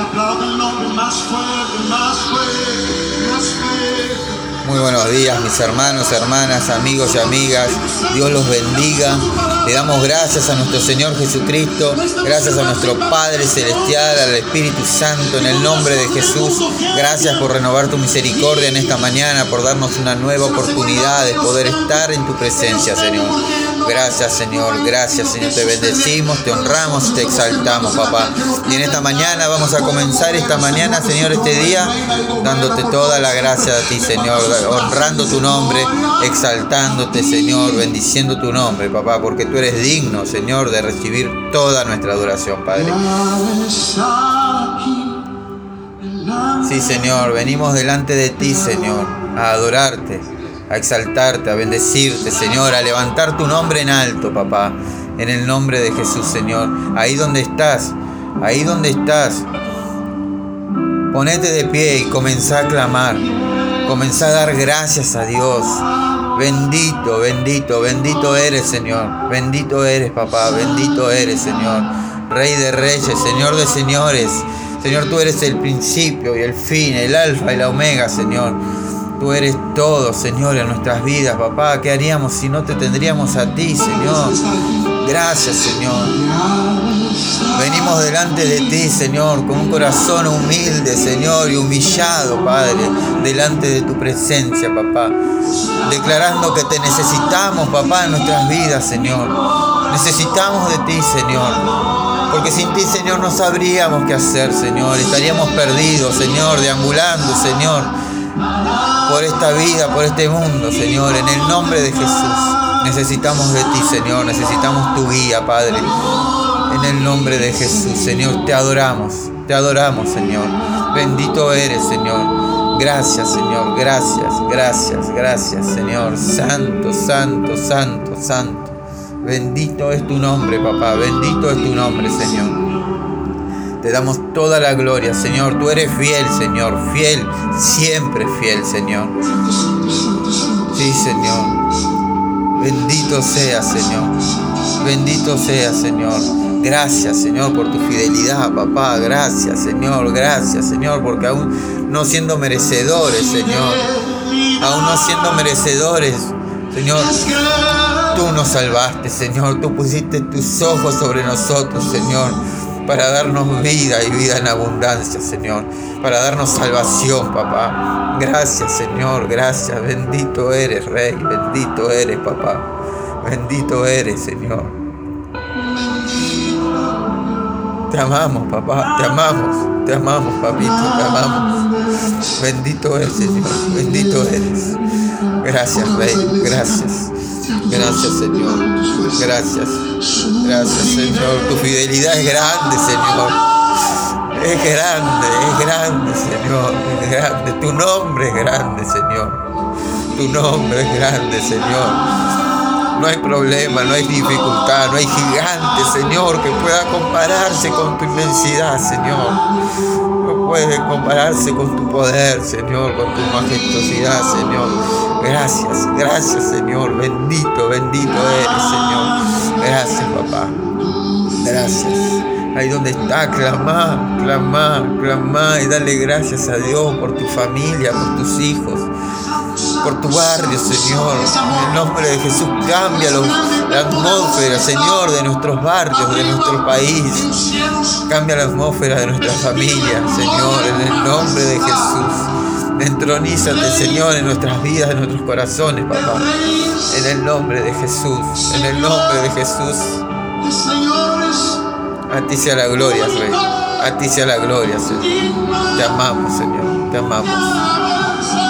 Muy buenos días, mis hermanos, hermanas, amigos y amigas. Dios los bendiga. Le damos gracias a nuestro Señor Jesucristo, gracias a nuestro Padre Celestial, al Espíritu Santo, en el nombre de Jesús. Gracias por renovar tu misericordia en esta mañana, por darnos una nueva oportunidad de poder estar en tu presencia, Señor. Gracias, Señor. Gracias, Señor. Te bendecimos, te honramos y te exaltamos, papá. Y en esta mañana vamos a comenzar esta mañana, Señor, este día, dándote toda la gracia a ti, Señor, honrando tu nombre, exaltándote, Señor, bendiciendo tu nombre, papá, porque tú eres digno, Señor, de recibir toda nuestra adoración, Padre. Sí, Señor, venimos delante de ti, Señor, a adorarte, a exaltarte, a bendecirte, Señor, a levantar tu nombre en alto, papá, en el nombre de Jesús, Señor. Ahí donde estás, ponete de pie y comenzá a clamar, comenzá a dar gracias a Dios. Bendito, bendito, bendito eres, Señor. Bendito eres, papá, bendito eres, Señor. Rey de reyes, Señor de señores. Señor, tú eres el principio y el fin, el alfa y la omega, Señor. Tú eres todo, Señor, en nuestras vidas, papá. ¿Qué haríamos si no te tendríamos a ti, Señor? Gracias, Señor. Venimos delante de ti, Señor, con un corazón humilde, Señor, y humillado, Padre, delante de tu presencia, papá. Declarando que te necesitamos, papá, en nuestras vidas, Señor. Necesitamos de ti, Señor. Porque sin ti, Señor, no sabríamos qué hacer, Señor. Estaríamos perdidos, Señor, deambulando, Señor, por esta vida, por este mundo, Señor, en el nombre de Jesús. Necesitamos de ti, Señor, necesitamos tu guía, Padre. En el nombre de Jesús, Señor, te adoramos, Señor. Bendito eres, Señor. Gracias, Señor, gracias, gracias, gracias, Señor. Santo, santo, santo, santo. Bendito es tu nombre, papá, bendito es tu nombre, Señor. Te damos toda la gloria, Señor. Tú eres fiel, Señor. Fiel, siempre fiel, Señor. Sí, Señor. Bendito sea, Señor. Bendito sea, Señor. Gracias, Señor, por tu fidelidad, papá. Gracias, Señor, porque aún no siendo merecedores, Señor. Aún no siendo merecedores, Señor, tú nos salvaste, Señor. Tú pusiste tus ojos sobre nosotros, Señor, para darnos vida y vida en abundancia, Señor, para darnos salvación, papá. Gracias, Señor, gracias. Bendito eres, Rey, bendito eres, papá. Bendito eres, Señor. Te amamos, papá, te amamos, papito, te amamos. Bendito eres, Señor, bendito eres. Gracias, Rey, gracias. Gracias, Señor. Gracias. Gracias, Señor. Tu fidelidad es grande, Señor. Es grande, Señor. Es grande. Tu nombre es grande, Señor. Tu nombre es grande, Señor. No hay problema, no hay dificultad, no hay gigante, Señor, que pueda compararse con tu inmensidad, Señor. No puede compararse con tu poder, Señor, con tu majestuosidad, Señor. Gracias, Señor. Bendito eres, Señor. Gracias, papá. Gracias. Ahí donde está, clama y dale gracias a Dios por tu familia, por tus hijos, por tu barrio, Señor. En el nombre de Jesús, cambia la atmósfera, Señor, de nuestros barrios, de nuestro país. Cambia la atmósfera de nuestra familia, Señor, en el nombre de Jesús. Entronízate, Señor, en nuestras vidas, en nuestros corazones, papá. En el nombre de Jesús, en el nombre de Jesús. A ti sea la gloria, Rey. A ti sea la gloria, Señor. Te amamos, Señor. Te amamos.